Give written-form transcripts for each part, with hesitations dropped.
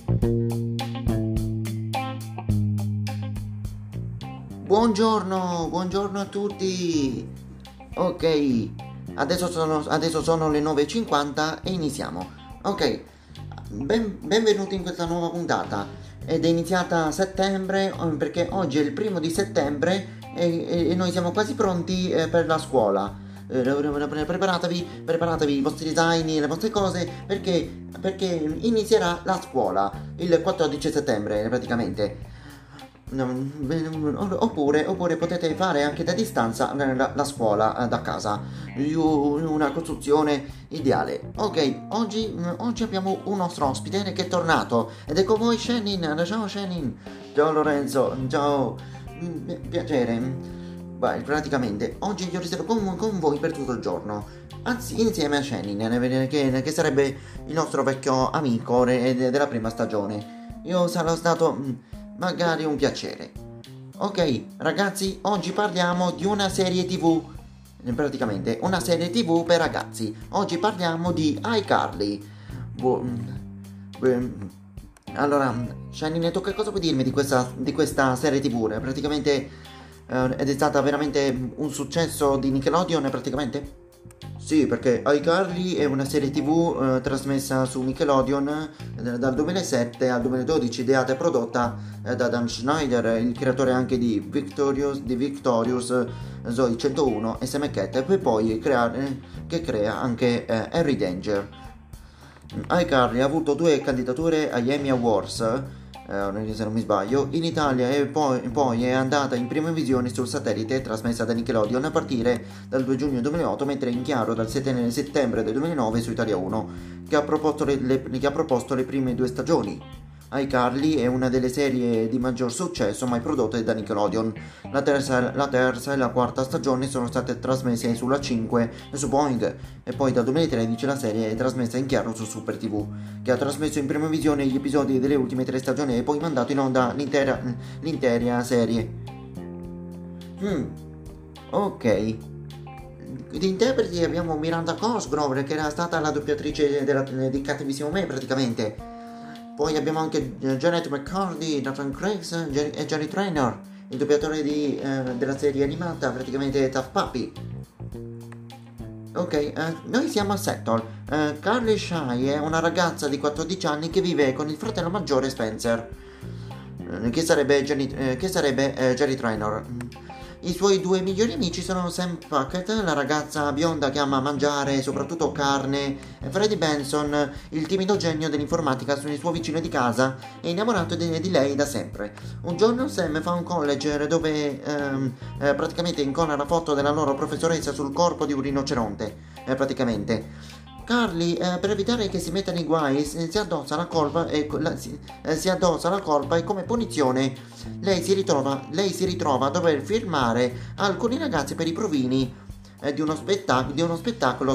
Buongiorno a tutti. Ok, adesso sono le 9:50 e iniziamo. Ok, benvenuti in questa nuova puntata. Ed è iniziata a settembre perché oggi è il 1 di settembre e noi siamo quasi pronti per la scuola. Preparatevi i vostri zaini, le vostre cose perché inizierà la scuola il 14 settembre praticamente. Oppure potete fare anche da distanza la scuola da casa. Una costruzione ideale. Ok, oggi abbiamo un nostro ospite che è tornato ed è con voi Shenin. Ciao Shenin. Ciao Lorenzo. Ciao. Piacere. Beh, praticamente oggi io resterò con voi per tutto il giorno. Anzi, insieme a Shenin, che sarebbe il nostro vecchio amico della prima stagione. Io sarò stato magari un piacere. Ok, ragazzi, oggi parliamo di una serie TV. Praticamente una serie TV per ragazzi. Oggi parliamo di iCarly. Allora, Shiny, tu che cosa puoi dirmi di questa serie TV? Praticamente ed è stata veramente un successo di Nickelodeon, praticamente? Sì, perché iCarly è una serie TV trasmessa su Nickelodeon dal 2007 al 2012, ideata e prodotta da Dan Schneider, il creatore anche di Victorious, Zoey 101 e Sam Cat, e poi che crea anche Harry Danger. iCarly ha avuto 2 candidature agli Emmy Awards, se non mi sbaglio, in Italia e poi è andata in prima visione sul satellite trasmessa da Nickelodeon a partire dal 2 giugno 2008, mentre in chiaro dal 7 settembre del 2009 su Italia 1, che ha proposto le prime 2 stagioni. iCarly è una delle serie di maggior successo mai prodotte da Nickelodeon. La terza e la quarta stagione sono state trasmesse sulla 5 e su Boing, e poi dal 2013 la serie è trasmessa in chiaro su Super TV, che ha trasmesso in prima visione gli episodi delle ultime 3 stagioni e poi mandato in onda l'intera serie. Ok. Di interpreti abbiamo Miranda Cosgrove, che era stata la doppiatrice di Cattivissimo Me praticamente. Poi abbiamo anche Janet McCarthy, Nathan Craig's e Jerry Traynor, il doppiatore della serie animata, praticamente Tough Puppy. Ok, noi siamo a Seattle. Carly Shy è una ragazza di 14 anni che vive con il fratello maggiore Spencer, che sarebbe Jerry Traynor. I suoi 2 migliori amici sono Sam Puckett, la ragazza bionda che ama mangiare soprattutto carne, e Freddie Benson, il timido genio dell'informatica, il suo vicino di casa, è innamorato di lei da sempre. Un giorno Sam fa un college dove praticamente incolla la foto della loro professoressa sul corpo di un rinoceronte, praticamente. Carly, per evitare che si mettano i guai, si addossa la colpa e come punizione lei si ritrova a dover firmare alcuni ragazzi per i provini di uno spettacolo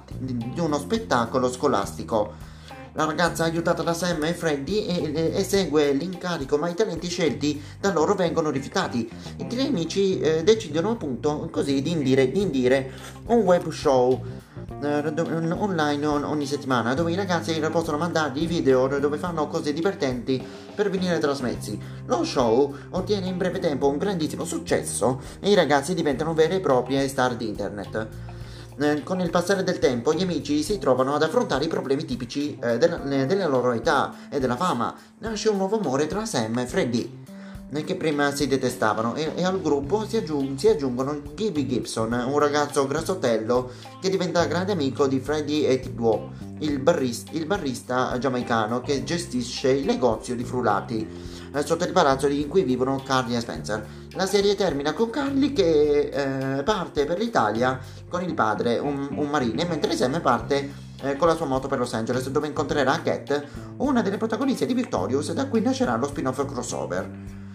scolastico. La ragazza, aiutata da Sam e Freddy, esegue l'incarico, ma i talenti scelti da loro vengono rifiutati. I 3 amici decidono appunto così di indire un web show online ogni settimana, dove i ragazzi possono mandargli video dove fanno cose divertenti per venire trasmessi. Lo show ottiene in breve tempo un grandissimo successo e i ragazzi diventano vere e proprie star di internet. Con il passare del tempo gli amici si trovano ad affrontare i problemi tipici della loro età e della fama. Nasce un nuovo amore tra Sam e Freddy, che prima si detestavano, e al gruppo si aggiungono Gibby Gibson, un ragazzo grassottello che diventa grande amico di Freddy e T-Duo, il barista giamaicano che gestisce il negozio di frullati sotto il palazzo in cui vivono Carly e Spencer. La serie termina con Carly che parte per l'Italia con il padre, un marine, mentre Sam parte con la sua moto per Los Angeles, dove incontrerà Cat, una delle protagoniste di Victorious, da cui nascerà lo spin-off crossover.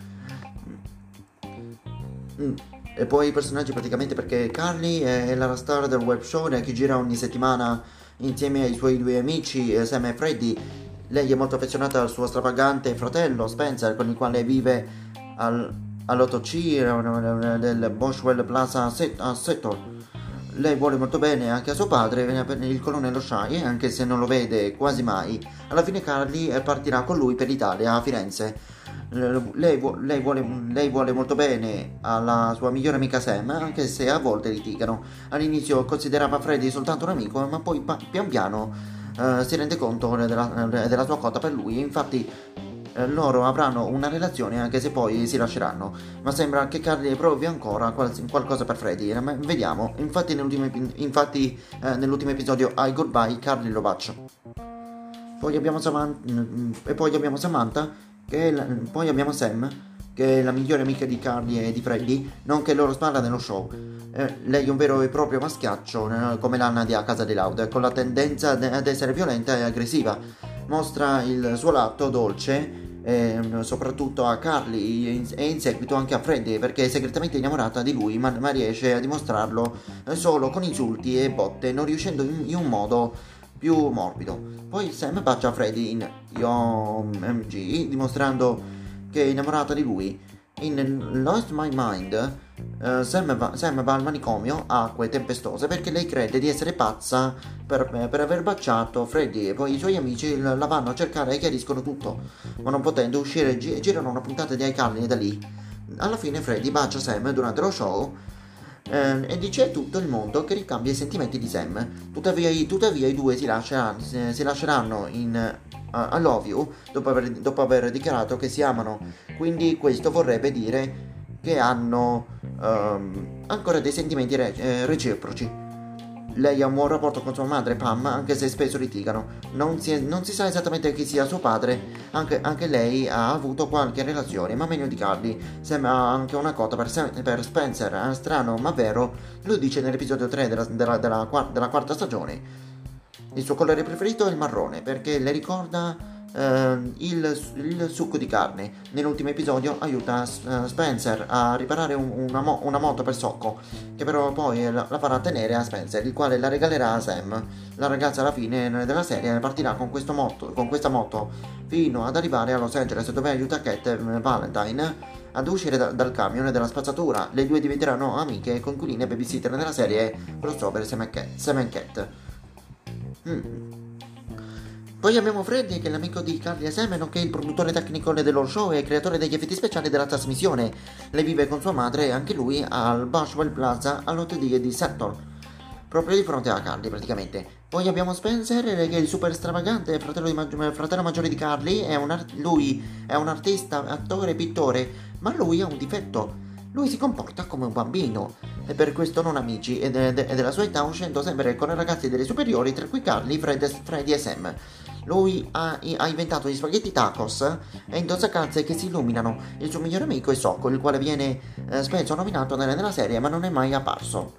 E poi i personaggi, praticamente, perché Carly è la star del web show che gira ogni settimana insieme ai suoi 2 amici Sam e Freddy. Lei è molto affezionata al suo stravagante fratello Spencer, con il quale vive all'8C del Boswell Plaza a Seattle. lei vuole molto bene anche a suo padre, il colonnello Shai, anche se non lo vede quasi mai. Alla fine Carly partirà con lui per l'Italia, a Firenze. Lei vuole molto bene alla sua migliore amica Sam, anche se a volte litigano. All'inizio considerava Freddy soltanto un amico, ma poi pian piano si rende conto della sua quota per lui. Infatti loro avranno una relazione anche se poi si lasceranno, ma sembra che Carly provi ancora qualcosa per Freddy. Vediamo. Infatti nell'ultimo episodio I Goodbye Carly lo bacia. Poi abbiamo Samantha, poi abbiamo Sam, che è la migliore amica di Carly e di Freddy, nonché loro spalla nello show. Lei è un vero e proprio maschiaccio, come l'Anna di A Casa di Loud, con la tendenza ad essere violenta e aggressiva. Mostra il suo lato dolce, soprattutto a Carly e in seguito anche a Freddy, perché è segretamente innamorata di lui, ma riesce a dimostrarlo solo con insulti e botte, non riuscendo in un modo più morbido. Poi Sam bacia Freddy in YOMG, dimostrando che è innamorata di lui. In Lost My Mind, Sam va al manicomio, acque tempestose, perché lei crede di essere pazza per aver baciato Freddy, e poi i suoi amici la vanno a cercare e chiariscono tutto, ma non potendo uscire girano una puntata di iCarly da lì. Alla fine Freddy bacia Sam durante lo show e dice a tutto il mondo che ricambia i sentimenti di Sam. Tuttavia i due si lasceranno in I love you dopo aver dichiarato che si amano, quindi questo vorrebbe dire che hanno ancora dei sentimenti reciproci. Lei ha un buon rapporto con sua madre Pam, anche se spesso litigano. Non si sa esattamente chi sia suo padre, anche lei ha avuto qualche relazione, ma meno di Carly. Sembra anche una cotta per Spencer, strano ma vero, lo dice nell'episodio 3 della quarta stagione. Il suo colore preferito è il marrone, perché le ricorda il succo di carne. Nell'ultimo episodio aiuta Spencer a riparare una moto per Socko, che però poi la farà tenere a Spencer, il quale la regalerà a Sam. La ragazza alla fine della serie partirà con questa moto fino ad arrivare a Los Angeles, dove aiuta Cat Valentine ad uscire dal camion della spazzatura. Le due diventeranno amiche, coinquiline e babysitter nella serie crossover Sam and Cat. Poi abbiamo Freddy, che è l'amico di Carly e Sam, nonché il produttore tecnico dello show e creatore degli effetti speciali della trasmissione. Lei vive con sua madre e anche lui al Bushwell Plaza all'8D di Seattle, proprio di fronte a Carly praticamente. Poi abbiamo Spencer, che è il super stravagante fratello maggiore di Carly. Lui è un artista, attore e pittore, ma lui ha un difetto. Lui si comporta come un bambino e per questo non amici e della sua età, uscendo sempre con ragazzi delle superiori, tra cui Carly, Freddy e Sam. Lui ha inventato gli spaghetti tacos e indossa calze che si illuminano. Il suo migliore amico è Socko, il quale viene spesso nominato nella serie ma non è mai apparso.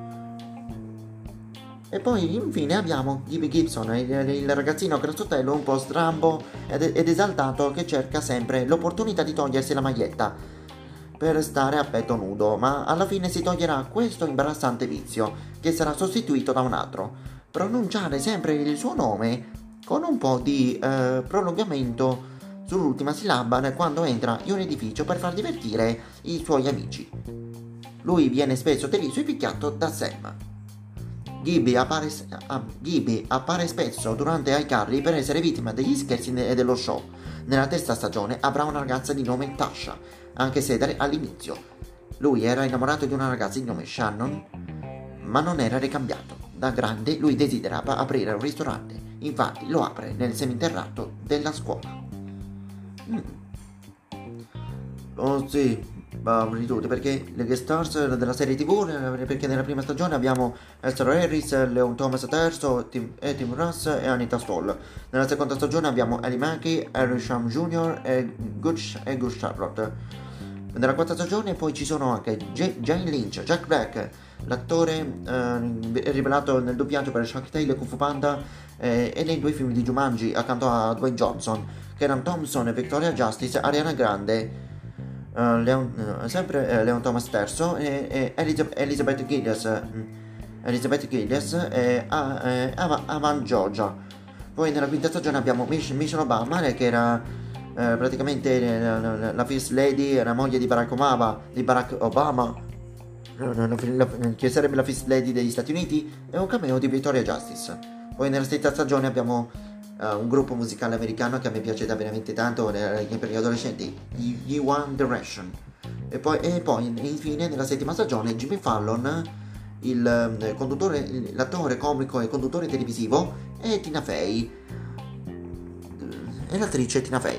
E poi infine abbiamo Gibby Gibson, il ragazzino grassottello un po' strambo ed esaltato, che cerca sempre l'opportunità di togliersi la maglietta per stare a petto nudo, ma alla fine si toglierà questo imbarazzante vizio, che sarà sostituito da un altro. Pronunciare sempre il suo nome con un po' di prolungamento sull'ultima sillaba quando entra in un edificio per far divertire i suoi amici. Lui viene spesso deriso e picchiato da Sam. Gibby appare spesso durante iCarly per essere vittima degli scherzi dello show. Nella terza stagione avrà una ragazza di nome Tasha, anche se all'inizio lui era innamorato di una ragazza di nome Shannon, ma non era ricambiato. Da grande lui desiderava aprire un ristorante, infatti lo apre nel seminterrato della scuola. Oh sì, di tutti, perché le guest stars della serie TV, perché nella prima stagione abbiamo Esther Harris, Leon Thomas III, Tim Russ e Anita Stoll. Nella seconda stagione abbiamo Ellie Mackie, Harry Shum Jr. e Gus Charlotte. Nella quarta stagione poi ci sono anche Jane Lynch, Jack Black, l'attore rivelato nel doppiaggio per Shark Tale e Kung Fu Panda e nei due film di Jumanji accanto a Dwayne Johnson, Kenan Thompson, Victoria Justice, Ariana Grande, Leon Thomas III e Elizabeth Gillies e Avan Georgia. Poi nella quinta stagione abbiamo Michelle Obama, che era praticamente la First Lady, la moglie di Barack Obama, che sarebbe la First Lady degli Stati Uniti, e un cameo di Victoria Justice. Poi nella stessa stagione abbiamo un gruppo musicale americano che a me piace da veramente tanto per gli adolescenti, gli One Direction. E poi infine nella settima stagione Jimmy Fallon, l'attore comico e conduttore televisivo, e Tina Fey, e l'attrice Tina Fey.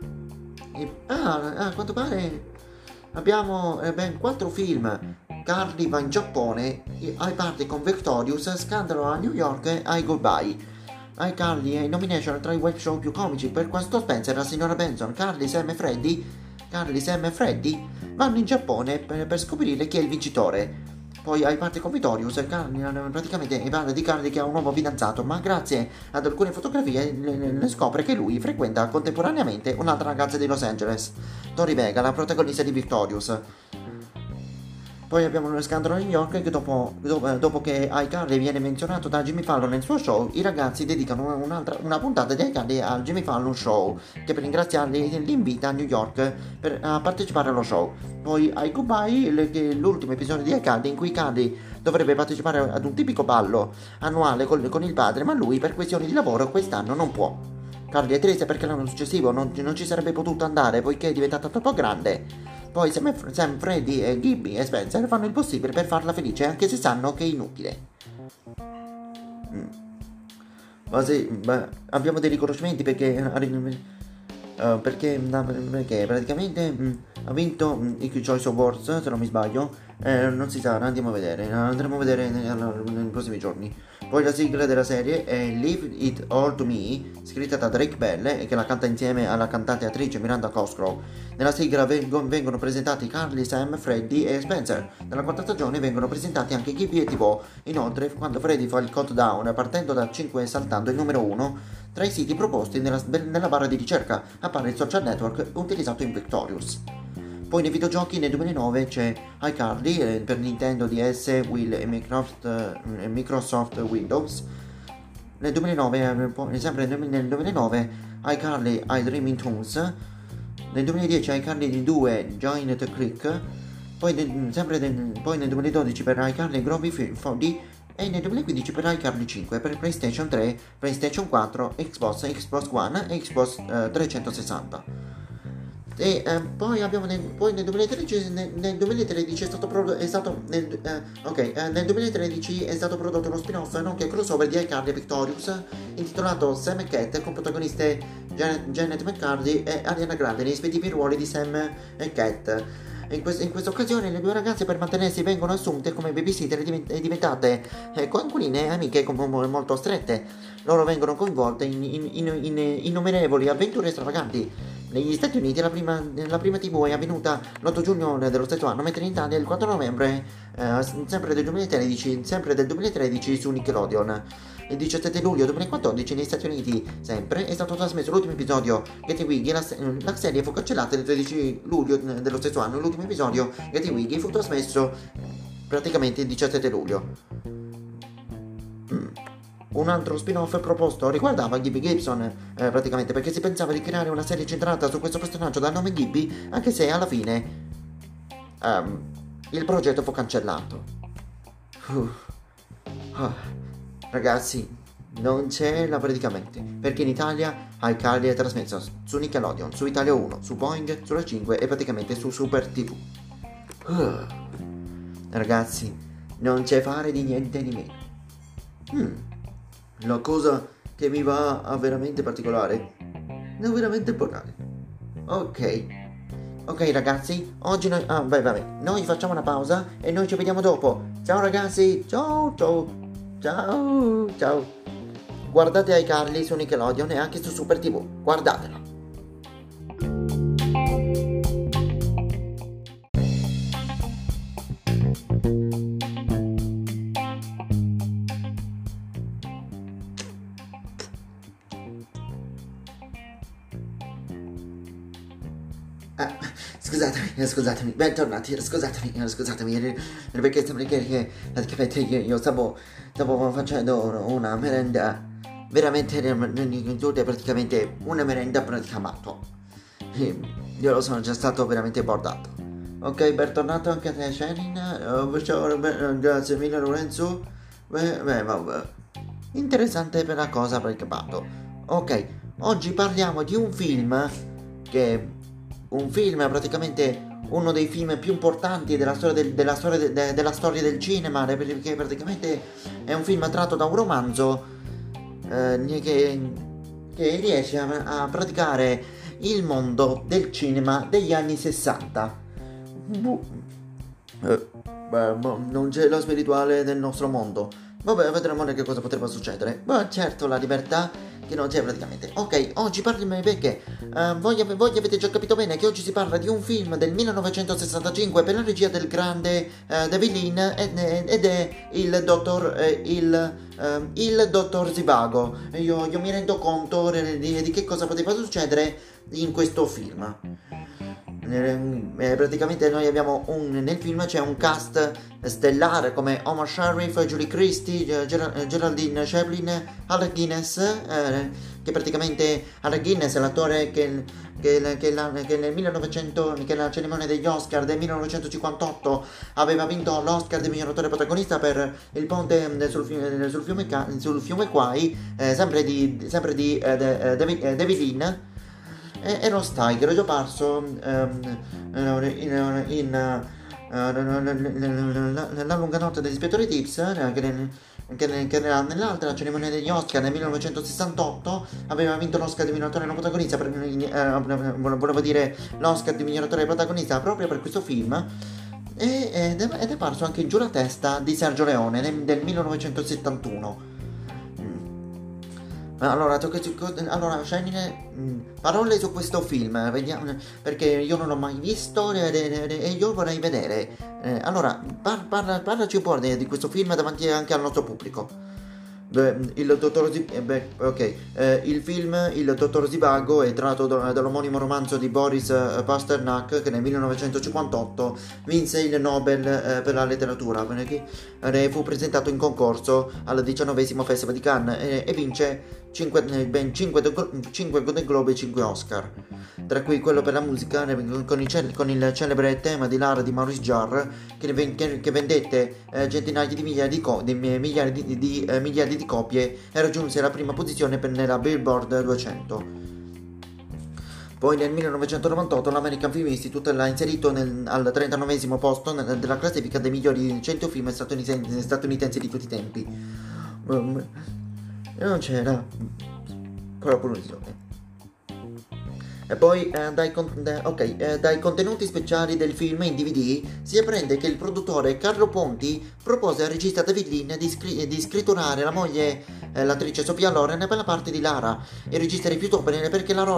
A quanto pare abbiamo ben 4 film. Carly va in Giappone, iParty con Victorious, Scandalo a New York e I Goodbye. iCarly è in nomination tra i web show più comici. Per questo Spencer, la signora Benson, Carly, Sam e Freddy vanno in Giappone per scoprire chi è il vincitore. Poi iParty con Victorious, praticamente parla di Carly che ha un nuovo fidanzato, ma grazie ad alcune fotografie ne scopre che lui frequenta contemporaneamente un'altra ragazza di Los Angeles, Tori Vega, la protagonista di Victorious. Poi abbiamo uno scandalo a New York che dopo che iCarly viene menzionato da Jimmy Fallon nel suo show, i ragazzi dedicano una puntata di iCarly al Jimmy Fallon Show, che per ringraziarli li invita a New York a partecipare allo show. Poi I Goodbye, l'ultimo episodio di iCarly in cui Carly dovrebbe partecipare ad un tipico ballo annuale con il padre, ma lui per questioni di lavoro quest'anno non può. Carly è triste perché l'anno successivo non ci sarebbe potuto andare poiché è diventata troppo grande. Poi Sam, Freddy e Gibby e Spencer fanno il possibile per farla felice, anche se sanno che è inutile. Abbiamo dei riconoscimenti perché praticamente ha vinto i Choice Awards, se non mi sbaglio. Non si sa, andremo a vedere nei prossimi giorni. Poi la sigla della serie è Leave It All To Me, scritta da Drake Bell e che la canta insieme alla cantante e attrice Miranda Cosgrove. Nella sigla vengono presentati Carly, Sam, Freddy e Spencer. Nella quarta stagione vengono presentati anche Gibby e TV. Inoltre, quando Freddy fa il countdown partendo da 5 e saltando il numero 1, tra i siti proposti nella barra di ricerca appare il social network utilizzato in Victorious. Poi nei videogiochi nel 2009 c'è iCarly per Nintendo DS, Wii e Microsoft Windows. Nel 2009, sempre nel 2009, iCarly I Dreaming Toons. Nel 2010 iCarly 2 Join the Click. Poi nel 2012 per iCarly Groovy 4D. E nel 2015 per iCarly 5 per PlayStation 3, PlayStation 4, Xbox One e Xbox 360. E poi abbiamo nel 2013 nel 2013 nel 2013 è stato prodotto uno spin-off nonché crossover di iCarly e Victorious intitolato Sam e Cat, con protagoniste Janet McCarthy e Ariana Grande nei rispettivi ruoli di Sam e Cat. In questa occasione le due ragazze, per mantenersi, vengono assunte come babysitter e diventate coinquiline e amiche molto strette. Loro vengono coinvolte in innumerevoli avventure stravaganti. Negli Stati Uniti la prima TV è avvenuta l'8 giugno dello stesso anno, mentre in Italia il 4 novembre sempre del 2013 su Nickelodeon. Il 17 luglio 2014 negli Stati Uniti sempre è stato trasmesso l'ultimo episodio Getty Wiggy. La serie fu cancellata il 13 luglio dello stesso anno. L'ultimo episodio Getty Wiggy fu trasmesso praticamente il 17 luglio. Un altro spin-off proposto riguardava Gibby Gibson, praticamente perché si pensava di creare una serie centrata su questo personaggio dal nome Gibby, anche se alla fine il progetto fu cancellato. Ragazzi, non c'è praticamente, perché in Italia iCarly è trasmesso su Nickelodeon, su Italia 1, su Boeing, sulla 5 e praticamente su Super TV. Ragazzi, non c'è fare di niente di meno. La cosa che mi va a veramente particolare, è veramente importante. Ok ragazzi, oggi noi facciamo una pausa e noi ci vediamo dopo. Ciao ragazzi, ciao. Guardate iCarly su Nickelodeon e anche su Super TV, guardatelo. Scusatemi, bentornati, scusatemi, perché praticamente io stavo facendo una merenda, veramente praticamente una merenda praticamente. Io lo sono già stato veramente bordato. Ok, bentornato anche a te, Sherin. Ciao, grazie mille, Lorenzo. Vabbè. Interessante per la cosa preoccupato. Ok, oggi parliamo di un film che... Un film praticamente uno dei film più importanti della storia della storia del cinema, perché praticamente è un film tratto da un romanzo che riesce a praticare il mondo del cinema degli anni 60. Non c'è lo spirituale del nostro mondo. Vabbè, vedremo che cosa potrebbe succedere. Ma certo, la libertà che non c'è praticamente. Ok, oggi parliamo perché voi avete già capito bene che oggi si parla di un film del 1965 per la regia del grande David Lean ed è il dottor Zivago. Io mi rendo conto di che cosa poteva succedere in questo film. Praticamente noi abbiamo nel film c'è un cast stellare come Omar Sharif, Julie Christie, Geraldine Chaplin, Alec Guinness, che praticamente Alec Guinness è l'attore che nel 1900, che la cerimonia degli Oscar del 1958 aveva vinto l'Oscar del miglior attore protagonista per Il ponte sul fiume Kwai, sempre di David Lean. E lo Steiger è già apparso nella lunga notte dell'ispettore Tips, che nell'altra cerimonia degli Oscar nel 1968 aveva vinto l'Oscar di miglior attore non protagonista volevo dire l'Oscar di miglior attore protagonista proprio per questo film. Ed è apparso anche in Giù la testa di Sergio Leone del 1971. Allora, Shining, parole su questo film, vediamo, perché io non l'ho mai visto e io vorrei vedere. Allora, parlaci un po' di questo film davanti anche al nostro pubblico. Il film Il dottor Zivago è tratto dall'omonimo romanzo di Boris Pasternak, che nel 1958 vinse il Nobel per la letteratura, che fu presentato in concorso al 19° Festival di Cannes e vince 5 Golden Globe e 5 Oscar, tra cui quello per la musica con il celebre tema di Lara di Maurice Jarre, che vendette centinaia di migliaia di copie e raggiunse la prima posizione nella Billboard 200. Poi nel 1998 l'American Film Institute l'ha inserito al 39° posto della classifica dei migliori 100 film statunitensi di tutti i tempi. Non c'era proprio un'illusione. E poi dai contenuti speciali del film in DVD si apprende che il produttore Carlo Ponti propose al regista David Lean di scritturare la moglie, l'attrice Sophia Loren, per la parte di Lara. Il regista rifiutò perché la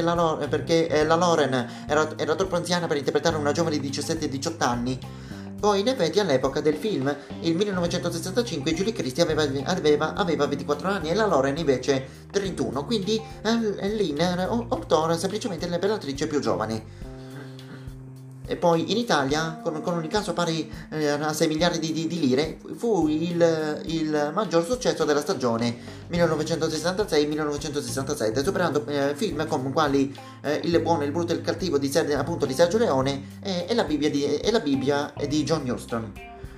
Loren era troppo anziana per interpretare una giovane di 17-18 anni. Poi, in effetti, all'epoca del film, il 1965, Julie Christie aveva 24 anni e la Loren invece 31, quindi Lean optò semplicemente per l'attrice più giovane. E poi in Italia, con un incasso pari a 6 miliardi di lire, fu il maggior successo della stagione 1966-1967, superando film come quali Il buono, il brutto e il cattivo di Sergio Leone e la Bibbia di John Huston.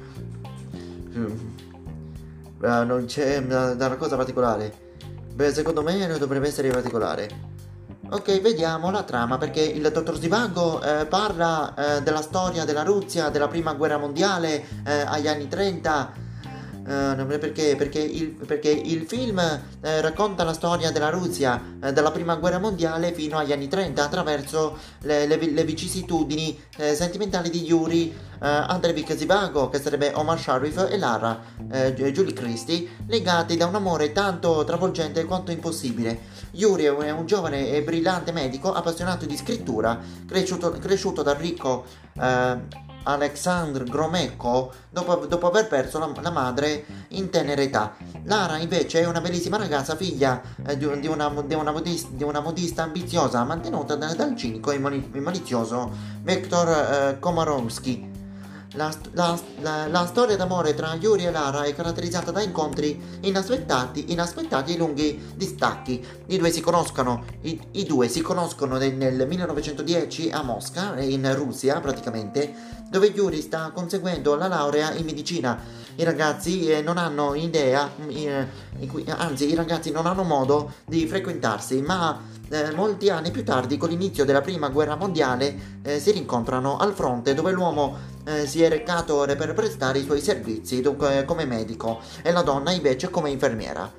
Non c'è una cosa particolare. Secondo me dovrebbe essere particolare. Ok, vediamo la trama, perché il dottor Zivago parla della storia della Russia, della prima guerra mondiale agli anni 30. Perché il film racconta la storia della Russia dalla prima guerra mondiale fino agli anni 30 attraverso le vicissitudini sentimentali di Yuri Andreevich Zivago, che sarebbe Omar Sharif, e Lara Julie Christie, legati da un amore tanto travolgente quanto impossibile. Yuri è un giovane e brillante medico appassionato di scrittura, cresciuto dal ricco Alexandr Gromyko dopo aver perso la madre in tenera età. Lara invece è una bellissima ragazza, figlia di una modista ambiziosa, mantenuta dal cinico e malizioso Viktor Komarovsky. La storia d'amore tra Yuri e Lara è caratterizzata da incontri inaspettati e lunghi distacchi. I due si conoscono nel 1910 a Mosca, in Russia praticamente, dove Yuri sta conseguendo la laurea in medicina. I ragazzi non hanno idea, anzi i ragazzi non hanno modo di frequentarsi, ma molti anni più tardi, con l'inizio della prima guerra mondiale, si rincontrano al fronte, dove l'uomo si è recato per prestare i suoi servizi come medico e la donna invece come infermiera.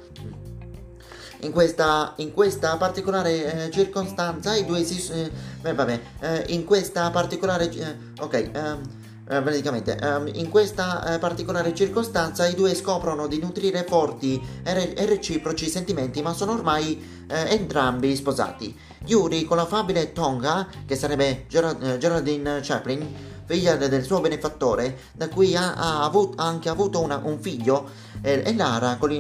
In questa particolare circostanza i due si... in questa particolare... praticamente, in questa particolare circostanza i due scoprono di nutrire forti e reciproci sentimenti, ma sono ormai entrambi sposati. Yuri con l'affabile Tonga, che sarebbe Geraldine Chaplin, figlia del suo benefattore, da cui ha anche avuto un figlio, e Lara con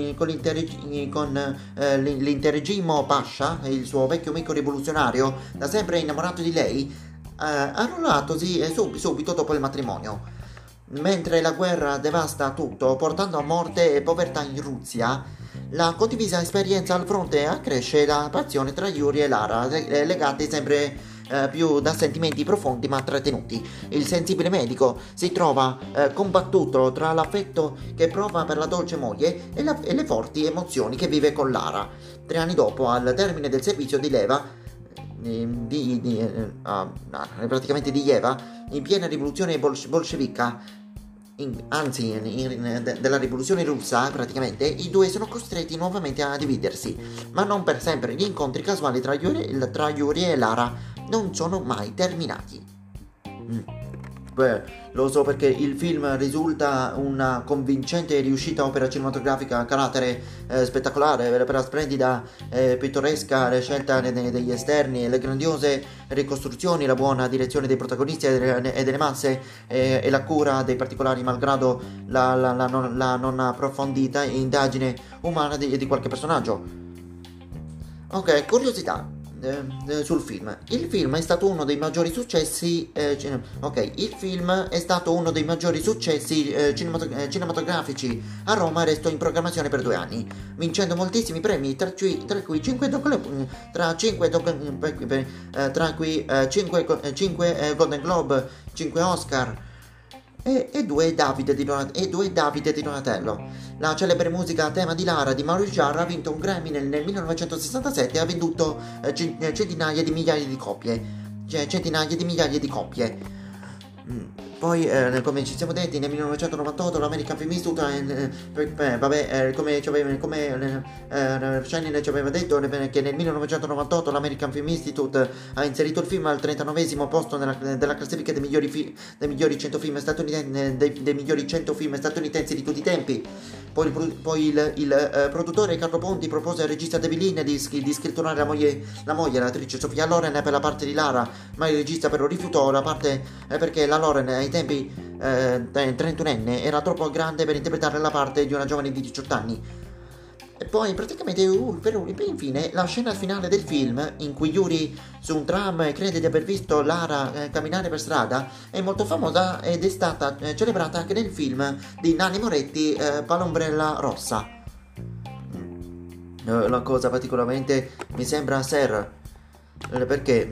l'interregimo Pasha, il suo vecchio amico rivoluzionario, da sempre innamorato di lei, arruolatosi subito dopo il matrimonio. Mentre la guerra devasta tutto, portando a morte e povertà in Russia, la condivisa esperienza al fronte accresce la passione tra Yuri e Lara, legati sempre più da sentimenti profondi ma trattenuti. Il sensibile medico si trova combattuto tra l'affetto che prova per la dolce moglie e le forti emozioni che vive con Lara. 3 anni dopo, al termine del servizio di leva, praticamente di Yeva, in piena rivoluzione bolscevica, della rivoluzione russa, praticamente, i due sono costretti nuovamente a dividersi, ma non per sempre. Gli incontri casuali tra Yuri e Lara non sono mai terminati. Lo so, perché il film risulta una convincente e riuscita opera cinematografica a carattere spettacolare, per la splendida pittoresca scelta degli esterni, le grandiose ricostruzioni, la buona direzione dei protagonisti e delle masse, e la cura dei particolari, malgrado la non approfondita indagine umana di qualche personaggio. Ok, curiosità sul film. Il film è stato uno dei maggiori successi cinematografici a Roma, e restò in programmazione per 2 anni, vincendo moltissimi premi, tra cui 5 Golden Globe, 5 Oscar e 2 Davide di Donatello. La celebre musica a tema di Lara di Maurice Jarre ha vinto un Grammy nel 1967 e ha venduto centinaia di migliaia di copie. Poi, come ci siamo detti, nel 1998 l'American Film Institute, Shannon ci aveva detto che nel 1998 l'American Film Institute ha inserito il film al 39esimo posto della classifica dei migliori 100 film statunitensi di tutti i tempi. Poi il produttore Carlo Ponti propose al regista David Lean di scritturare la moglie, l'attrice Sofia Loren, per la parte di Lara, ma il regista però rifiutò la parte perché la Loren ai tempi 31enne era troppo grande per interpretare la parte di una giovane di 18 anni. E poi praticamente infine la scena finale del film, in cui Yuri su un tram crede di aver visto Lara camminare per strada, è molto famosa ed è stata celebrata anche nel film di Nanni Moretti, Palombrella Rossa. La cosa particolarmente mi sembra perché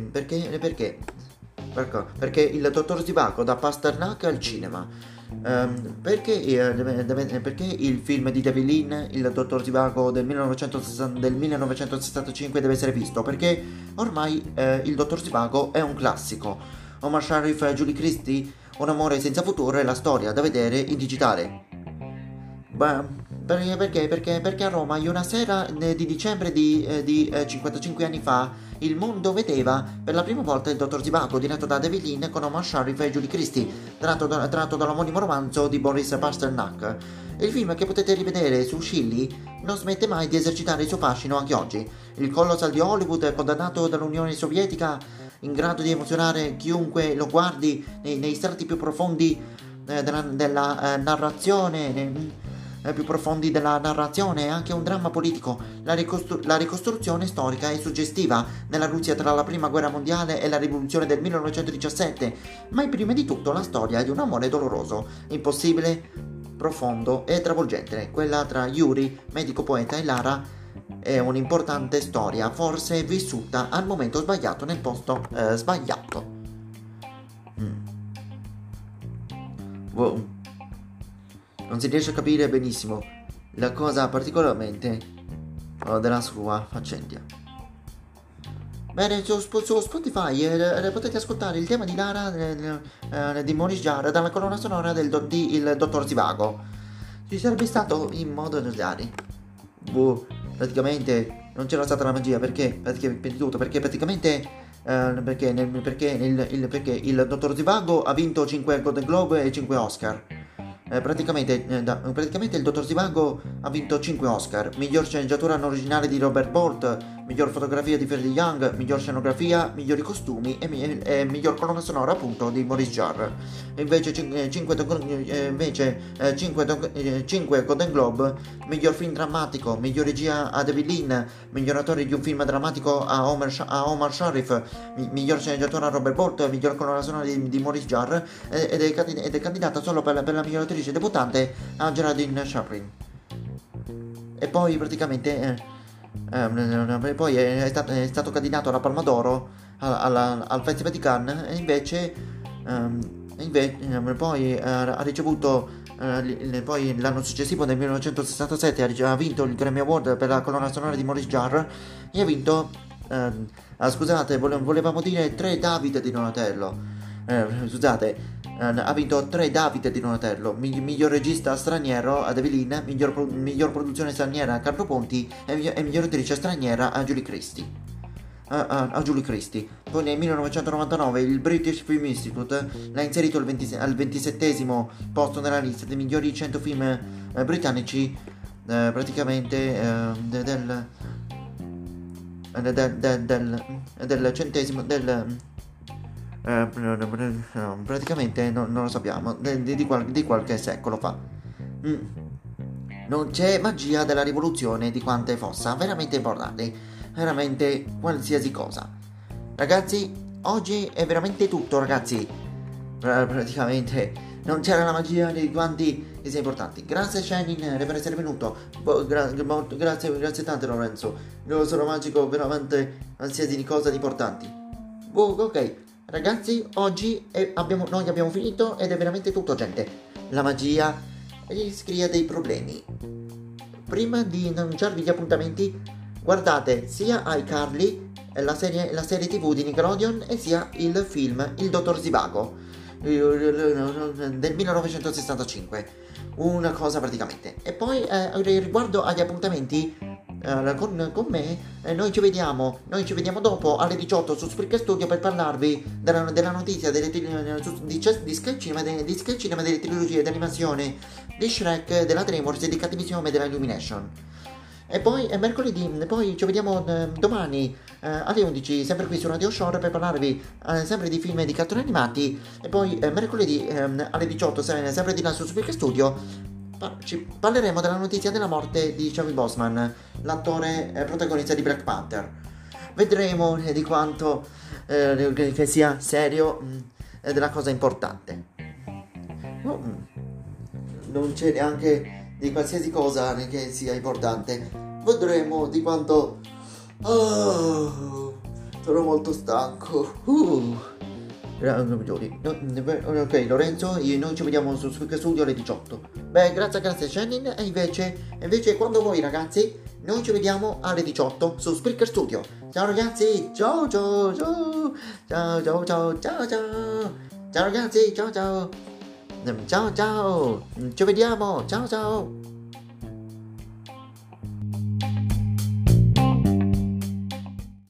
il dottor Zivago da Pasternak al cinema. Perché il film di David Lean, il dottor Zivago del 1965, deve essere visto? Perché ormai il dottor Zivago è un classico. Omar Sharif e Julie Christie, Un amore senza futuro, è la storia da vedere in digitale. Perché a Roma, in una sera di dicembre di 55 anni fa, il mondo vedeva per la prima volta il dottor Zivago, diretto da David Lean con Omar Sharif e Julie Christie, tratto dall'omonimo romanzo di Boris Pasternak. Il film, che potete rivedere su Shilly, non smette mai di esercitare il suo fascino anche oggi. Il colossal di Hollywood, condannato dall'Unione Sovietica, in grado di emozionare chiunque lo guardi nei strati più profondi della narrazione, più profondi della narrazione, è anche un dramma politico. La ricostruzione storica è suggestiva nella Russia tra la prima guerra mondiale e la rivoluzione del 1917, ma è prima di tutto la storia di un amore doloroso, impossibile, profondo e travolgente. Quella tra Yuri, medico poeta, e Lara è un'importante storia, forse vissuta al momento sbagliato nel posto sbagliato. Wow. Non si riesce a capire benissimo la cosa particolarmente della sua faccenda. Bene, su Spotify potete ascoltare il tema di Lara di Maurice Jarre dalla colonna sonora di Il Dottor Zivago. Ci sarebbe stato in modo da usare. Praticamente non c'era stata la magia perché praticamente perché il Dottor Zivago ha vinto 5 Golden Globe e 5 Oscar. Praticamente il Dottor Zivago ha vinto 5 Oscar: miglior sceneggiatura non originale di Robert Bolt, miglior fotografia di Freddie Young, miglior scenografia, migliori costumi e miglior colonna sonora appunto di Maurice Jarre. Invece 5 Golden Globe: miglior film drammatico, miglior regia ad Evelyn, miglior attore di un film drammatico a Omar Sharif, miglior sceneggiatura a Robert Bolt, miglior colonna sonora di Maurice Jarre, ed è candidata solo per la miglior attrice debuttante a Geraldine Chaplin. E poi praticamente poi è stato candidato alla Palma d'Oro al Festival di Cannes, e invece poi ha ricevuto poi l'anno successivo, nel 1967, ha vinto il Grammy Award per la colonna sonora di Maurice Jarre, e ha vinto scusate, volevamo dire 3 David di Donatello. Ha vinto 3 David di Donatello: miglior regista straniero ad Evelyn, miglior produzione straniera a Carlo Ponti e miglior attrice straniera a Julie Christie. Poi nel 1999 il British Film Institute l'ha inserito al 27esimo posto nella lista dei migliori 100 film britannici, del centesimo praticamente non lo sappiamo, di qualche secolo fa. Non c'è magia della rivoluzione di quante fossa veramente importante, veramente qualsiasi cosa. Ragazzi, oggi è veramente tutto, ragazzi. Praticamente non c'era la magia di quanti sia importanti. Grazie Shannon per essere venuto. Grazie tante Lorenzo. Io sono magico veramente qualsiasi cosa di importanti. Ok, ragazzi, oggi noi abbiamo finito ed è veramente tutto, gente. La magia crea dei problemi. Prima di annunciarvi gli appuntamenti, guardate sia iCarly, la serie TV di Nickelodeon, e sia il film Il Dottor Zivago del 1965. Una cosa praticamente. E poi riguardo agli appuntamenti con me, noi ci vediamo dopo alle 18 su Spreaker Studio per parlarvi della notizia di Sky Cinema, delle trilogie d'animazione di Shrek, della DreamWorks e di Cattivissimo Me della Illumination. E poi mercoledì, poi ci vediamo domani alle 11 sempre qui su Radio Shore per parlarvi sempre di film e di cartoni animati. E poi mercoledì alle 18 sempre di là su Spreaker Studio ci parleremo della notizia della morte di Chadwick Boseman, l'attore protagonista di Black Panther. Vedremo di quanto che sia serio della cosa importante. Non c'è neanche di qualsiasi cosa che sia importante. Vedremo di quanto sono molto stanco. Ok, Lorenzo, noi ci vediamo su Spreaker Studio alle 18. Beh, grazie Shannon. E invece quando voi, ragazzi, noi ci vediamo alle 18 su Spreaker Studio. Ciao ragazzi, ciao ragazzi, ciao, ci vediamo, ciao.